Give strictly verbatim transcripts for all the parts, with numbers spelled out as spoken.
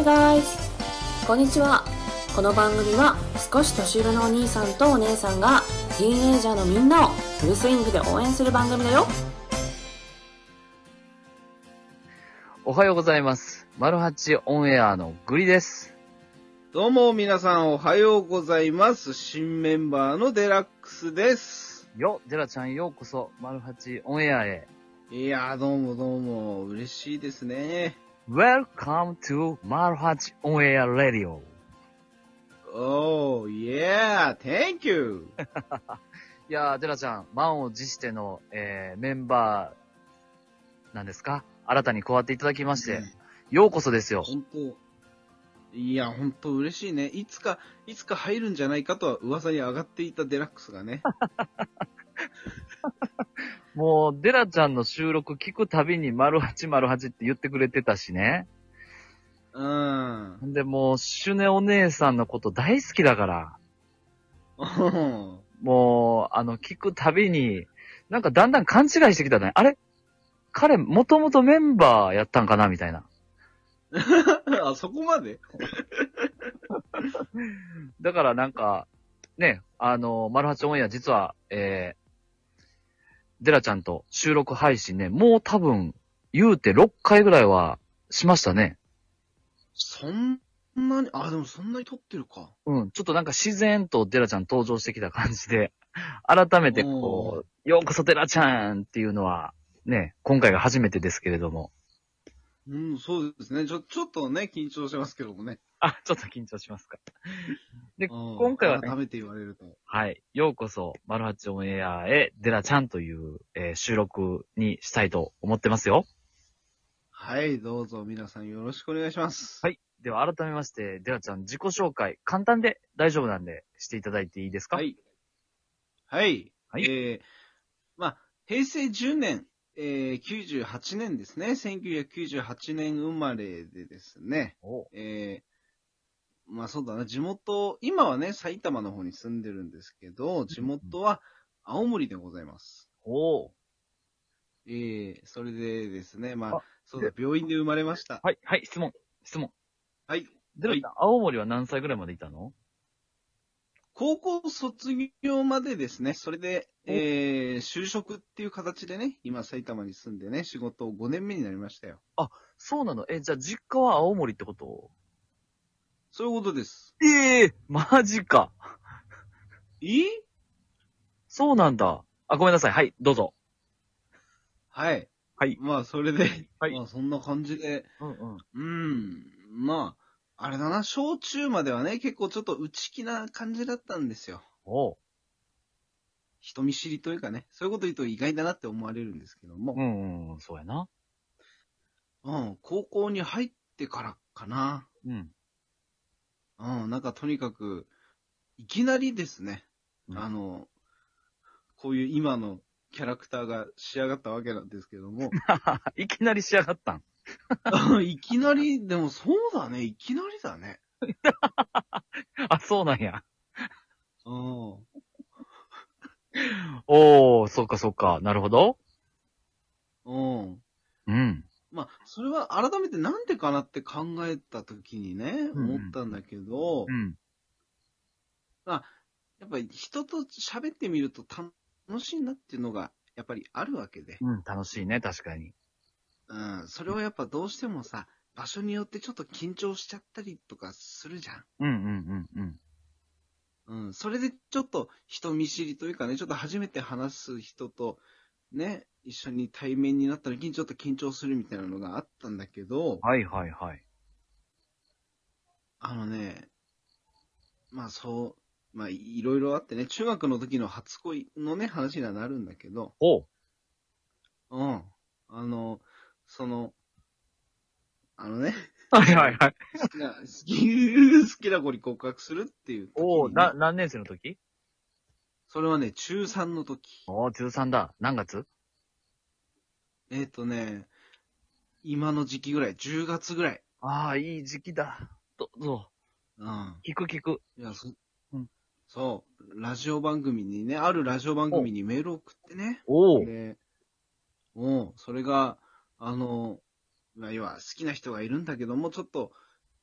Hi guys! こんにちは。この番組は少し年上のお兄さんとお姉さんがティーンエイジャーのみんなをフルスイングで応援する番組だよ。 おはようございます。マルハチオンエアのグリです。 どうも皆さんおはようございます。新メンバーのデラックスです。 よ、デラちゃんようこそマルハチオンエアへ。 いやーどうもどうも嬉しいですね。 Welcome to マルハチオンエアラディオ。 Oh yeah, thank you. いやーデラちゃん、満を持しての、えー、メンバーなんですか？新たに加わっていただきまして、うん、ようこそですよ。 本当。いや、ほんと嬉しいね。いつか、いつか入るんじゃないかとは噂に上がっていたデラックスがね。 もう、デラちゃんの収録聞くたびにマルハチマルハチって言ってくれてたしね。 うん。 で、もう、シュネお姉さんのこと大好きだから。もう、あの、聞くたびに、なんかだんだん勘違いしてきたね。あれ彼、もともとメンバーやったんかなみたいな。 あ、そこまでだからなんか、ね、あの、マルハチオンエア実は、えー、デラちゃんと収録配信ね、もう多分、言うてろっかいぐらいはしましたね。 そんなに、あ、でもそんなに撮ってるか。 うん、ちょっとなんか自然とデラちゃん登場してきた感じで、改めてこう、ようこそデラちゃんっていうのは、ね、今回が初めてですけれども。 うん、そうですね。ちょ、ちょっとね、緊張しますけどもね。 あ、ちょっと緊張しますか。で、今回は、ね、 改めて言われると。 はい。ようこそ、マルハチオンエアへ、デラちゃんという、えー、収録にしたいと思ってますよ。 はい、どうぞ皆さんよろしくお願いします。 はい。では改めまして、デラちゃん自己紹介、簡単で大丈夫なんでしていただいていいですか？ はい。はい。 はい。 えー、まあ、平成じゅうねん、えー、きゅうじゅうはちねんですね。せんきゅうひゃくきゅうじゅうはちねん生まれでですね。えー、まあそうだな、地元、今はね、埼玉の方に住んでるんですけど、地元は青森でございます。 おー。 えー、それでですね、まあ、あそうだ、病院で生まれました。 はい、はい、質問、質問。 はい。 で、はい、青森は何歳ぐらいまでいたの？ 高校卒業までですね、それで、えー、就職っていう形でね、今埼玉に住んでね、仕事ごねんめになりましたよ。 あ、そうなの？え、じゃあ実家は青森ってこと？ そういうことです。 ええー、マジか。 えそうなんだ。あ、ごめんなさい。はい、どうぞ。 はい。 はい。 まあ、それで、 はい。 まあ、そんな感じで、 うんうん。 うん、まあ、あれだな、小中まではね、結構ちょっと内気な感じだったんですよ。 おう。 人見知りというかね、そういうこと言うと意外だなって思われるんですけども。 うんうん、そうやな。 うん、高校に入ってからかな。 うん。 うん、なんかとにかく、いきなりですね、 うん、 あの、こういう今のキャラクターが仕上がったわけなんですけども。 いきなり仕上がったんいきなり、でもそうだね、いきなりだね。 あ、そうなんや。 うん。 おー、そっかそっか。なるほど。 うん。 うん。 まあ、それは改めてなんでかなって考えたときにね、 うんうん、 思ったんだけど、 うん。 まあ、やっぱり人と喋ってみると楽しいなっていうのが、やっぱりあるわけで。 うん、楽しいね、確かに。 うん、それをやっぱどうしてもさ、場所によってちょっと緊張しちゃったりとかするじゃん。 うんうんうんうん。 うん、それでちょっと人見知りというかね、ちょっと初めて話す人とね、一緒に対面になった時にちょっと緊張するみたいなのがあったんだけど、 はいはいはい。 あのね、まあそう、まあいろいろあってね、中学の時の初恋のね、話にはなるんだけど、 おう。 うん。あの、その、あのね、 はいはいはい。 好きな、好き、好きな子に告白するっていう時に、ね。 おー、な、何年生の時？ それはね、中さんの時。 おー、中さんだ。何月？ えっとね、今の時期ぐらい、じゅうがつぐらい。 ああ、いい時期だ。どうぞ。 うん。 聞く聞く。 いや、そ、 うん、 そう、ラジオ番組にね、あるラジオ番組にメールを送ってね。 おー。 で、もう、それが、あの、まあ要は好きな人がいるんだけども、ちょっと、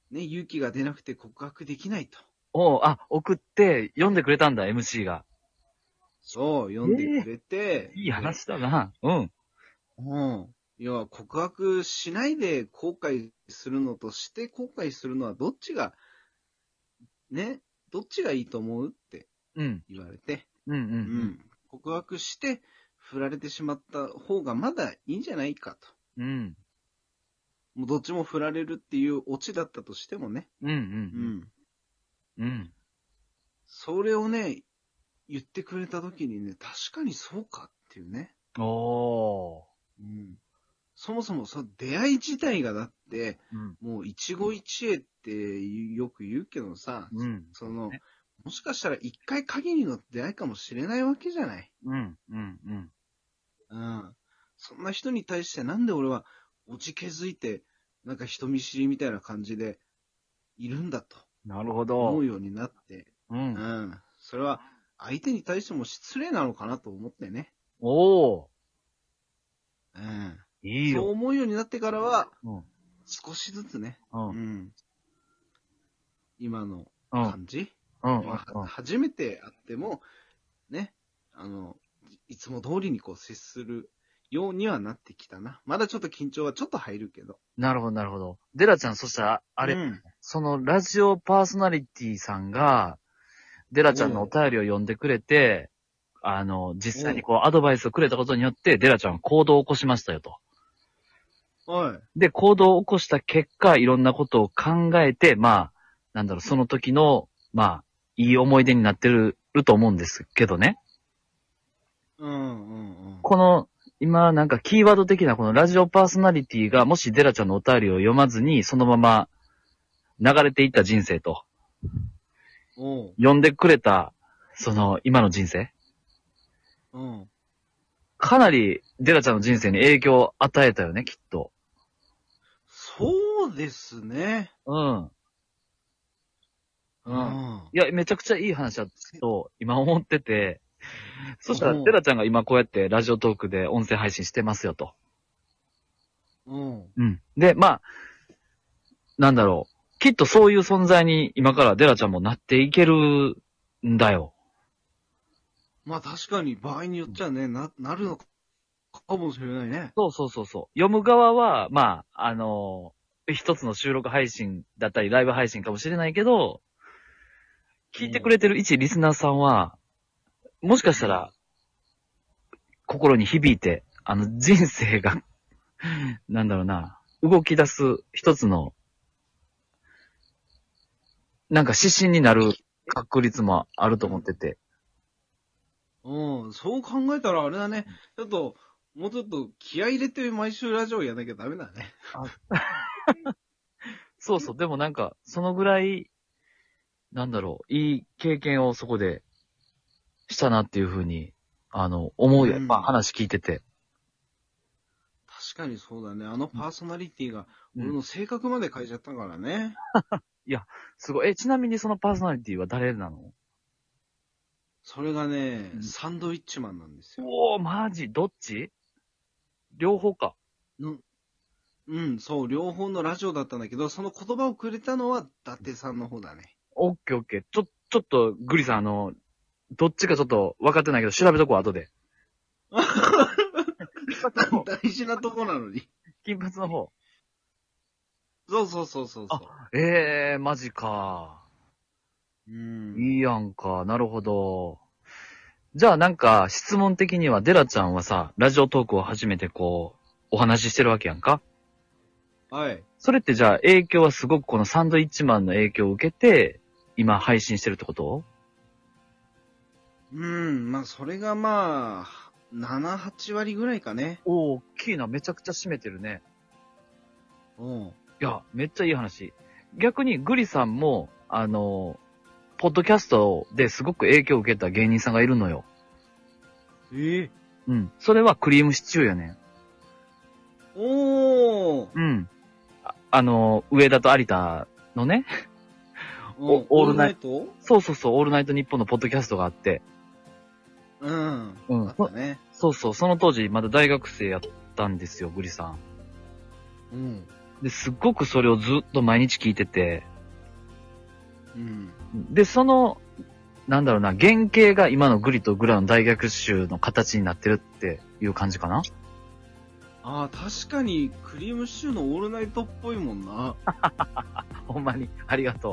ね、勇気が出なくて告白できないと。 おう、あ、送って読んでくれたんだ、エムシー が。 そう、読んでくれて。 いい話だな。うん。 うん。要は告白しないで後悔するのとして後悔するのはどっちが、ね、どっちがいいと思うってうん。 言われて。 うんうん。 ううん。 ん。告白して振られてしまった方がまだいいんじゃないかと。 うん。 もうどっちも振られるっていうオチだったとしてもね。 うん。う。 うんん。 うん。 それをね、言ってくれた時にね、確かにそうかっていうね。 おー。 うん。そもそもその出会い自体がだって、 うん。 もう一期一会ってよく言うけどさ、 うん。 その、 ねもしかしたら一回限りの出会いかもしれないわけじゃない。 うん。うん。うん。 うん。そんな人に対してなんで俺はおち気づいて、なんか人見知りみたいな感じでいるんだとなるほ思どう。ようになって、 う。 うんん。それは相手に対しても失礼なのかなと思ってね。 おー。 うん。 いいよ。 そう思うようになってからは、 うん。 少しずつね、 う。 うんん。今のうん。 感じ、 うん。 まあ初めて会っても、ね、あの、いつも通りにこう接するようにはなってきたな。まだちょっと緊張はちょっと入るけど。 なるほど、なるほど。デラちゃん、そしたら、あれ、 うん、 そのラジオパーソナリティさんが、デラちゃんのお便りを読んでくれて、あの、実際にこうアドバイスをくれたことによって、デラちゃんは行動を起こしましたよと。 はい。 で、行動を起こした結果、いろんなことを考えて、まあ、なんだろう、その時の、まあ、いい思い出になってる、ると思うんですけどね。 うんうんうん。 この、今なんかキーワード的なこのラジオパーソナリティが、もしデラちゃんのお便りを読まずに、そのまま流れていった人生と、 おう。 読んでくれた、その今の人生、 うん。 かなりデラちゃんの人生に影響を与えたよね、きっと。 そうですね。 うん。 ううん。 ん。 いや、めちゃくちゃいい話だと、今思ってて、そしたら、 うんデラちゃんが今こうやってラジオトークで音声配信してますよと。 うん。 うん。で、まあ、なんだろう。きっとそういう存在に今からデラちゃんもなっていけるんだよ。 まあ確かに場合によっちゃね、な、なるのかもしれないね。 そうそうそうそう。読む側は、まあ、あのー一つの収録配信だったりライブ配信かもしれないけど、聞いてくれてる一リスナーさんは、もしかしたら、心に響いて、あの、人生が、なんだろうな、動き出す一つの、なんか指針になる確率もあると思ってて。 うん。そう考えたらあれだね。ちょっと、もうちょっと気合い入れて毎週ラジオやんなきゃダメだね。 そうそう、でもなんか、そのぐらい、なんだろう、いい経験をそこでしたなっていうふうに、あの、思うよ。 うんまあ話聞いてて。 確かにそうだね。あのパーソナリティがうん俺の性格まで変えちゃったからね。 すごい。え、ちなみにそのパーソナリティは誰なの？ それがね、 うんサンドウィッチマンなんですよ。 おー、マジどっち？両方か。 のうん、そう、両方のラジオだったんだけど、その言葉をくれたのは伊達さんの方だね。 オッケーオッケー。ちょ、ちょっと、グリさん、あの、どっちかちょっと分かってないけど、調べとこう、後で。 大事なとこなのに。 金髪の方。 そうそうそうそうそええー、マジか。 う。うん。 いいやんか。なるほど。じゃあなんか、質問的には、デラちゃんはさ、ラジオトークを初めてこう、お話ししてるわけやんか。 はい。 それってじゃあ、影響はすごくこのサンドイッチマンの影響を受けて、今配信してるってこと？ うん、まあ、それがまあ、なな、はち割ぐらいかね。 おー、大きいな。めちゃくちゃ占めてるね。 うん。 いや、めっちゃいい話。逆にグリさんも、あの、ポッドキャストですごく影響を受けた芸人さんがいるのよ。 ええうん。それはクリームシチューやねん。 おー。 うん。あ、あの、上田と有田のね。おうんオールナイトそうそうそう、オールナイトニッポンのポッドキャストがあって。 うん。 うんあったね。 そうそう、その当時まだ大学生やったんですよ、グリさん。 うん。 で、すっごくそれをずっと毎日聞いてて、 うん。 で、その、なんだろうな、原型が今のグリとグラの大逆襲の形になってるっていう感じかな。 ああ、確かに、クリームシチューのオールナイトっぽいもんな。 ほんまに、ありがと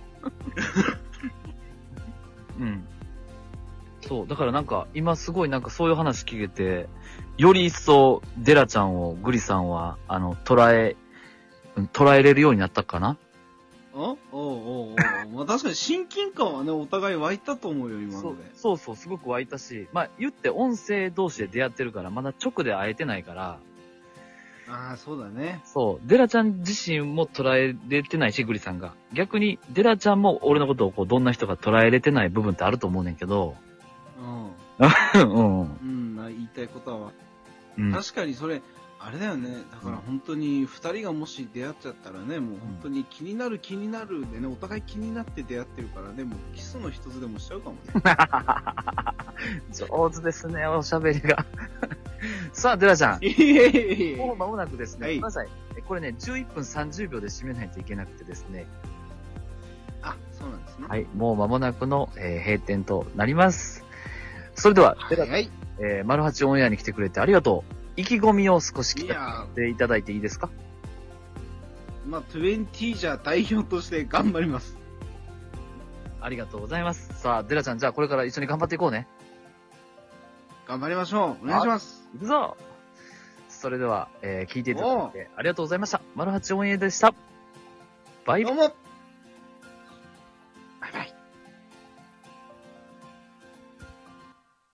う。うん。そう、だからなんか、今すごいなんかそういう話聞けて、より一層、デラちゃんをグリさんは、あの、捉え、捉えれるようになったかな。 あおうおうおうまあ確かに親近感はね、お互い湧いたと思うよ、今そうので。 そうそう、すごく湧いたし、まあ言って音声同士で出会ってるから、まだ直で会えてないから、 ああ、そうだね。 そう、デラちゃん自身も捉えれてないし、グリさんが。逆に、デラちゃんも俺のことをこう、どんな人か捉えれてない部分ってあると思うねんけど、 うん。 うん。 うん、な言いたいことは。 うん。 確かにそれ、あれだよね。だから本当に二人がもし出会っちゃったらね、もう本当に気になる気になるでね、お互い気になって出会ってるからね、もうキスの一つでもしちゃうかもね。 上手ですね、おしゃべりが。さあ、デラちゃん。 いえいえいえ。 もう間もなくですね、 はいごめんなさい。えこれね、じゅういっぷんさんじゅうびょうで締めないといけなくてですね。 あ、そうなんですね。 はい、もう間もなくの、えー閉店となります。それでは、デラはい。 えー、マルハチオンエアに来てくれてありがとう。意気込みを少し聞いやかせていただいていいですか？ まあ、にじゅうじゃ代表として頑張ります。 ありがとうございます。さあ、デラちゃん、じゃあこれから一緒に頑張っていこうね。 頑張りましょう。お願いします。 行くぞ。それでは、えー、聞いていただいてありがとうございました。マルハチオンエアでした。バイバイ。 どうも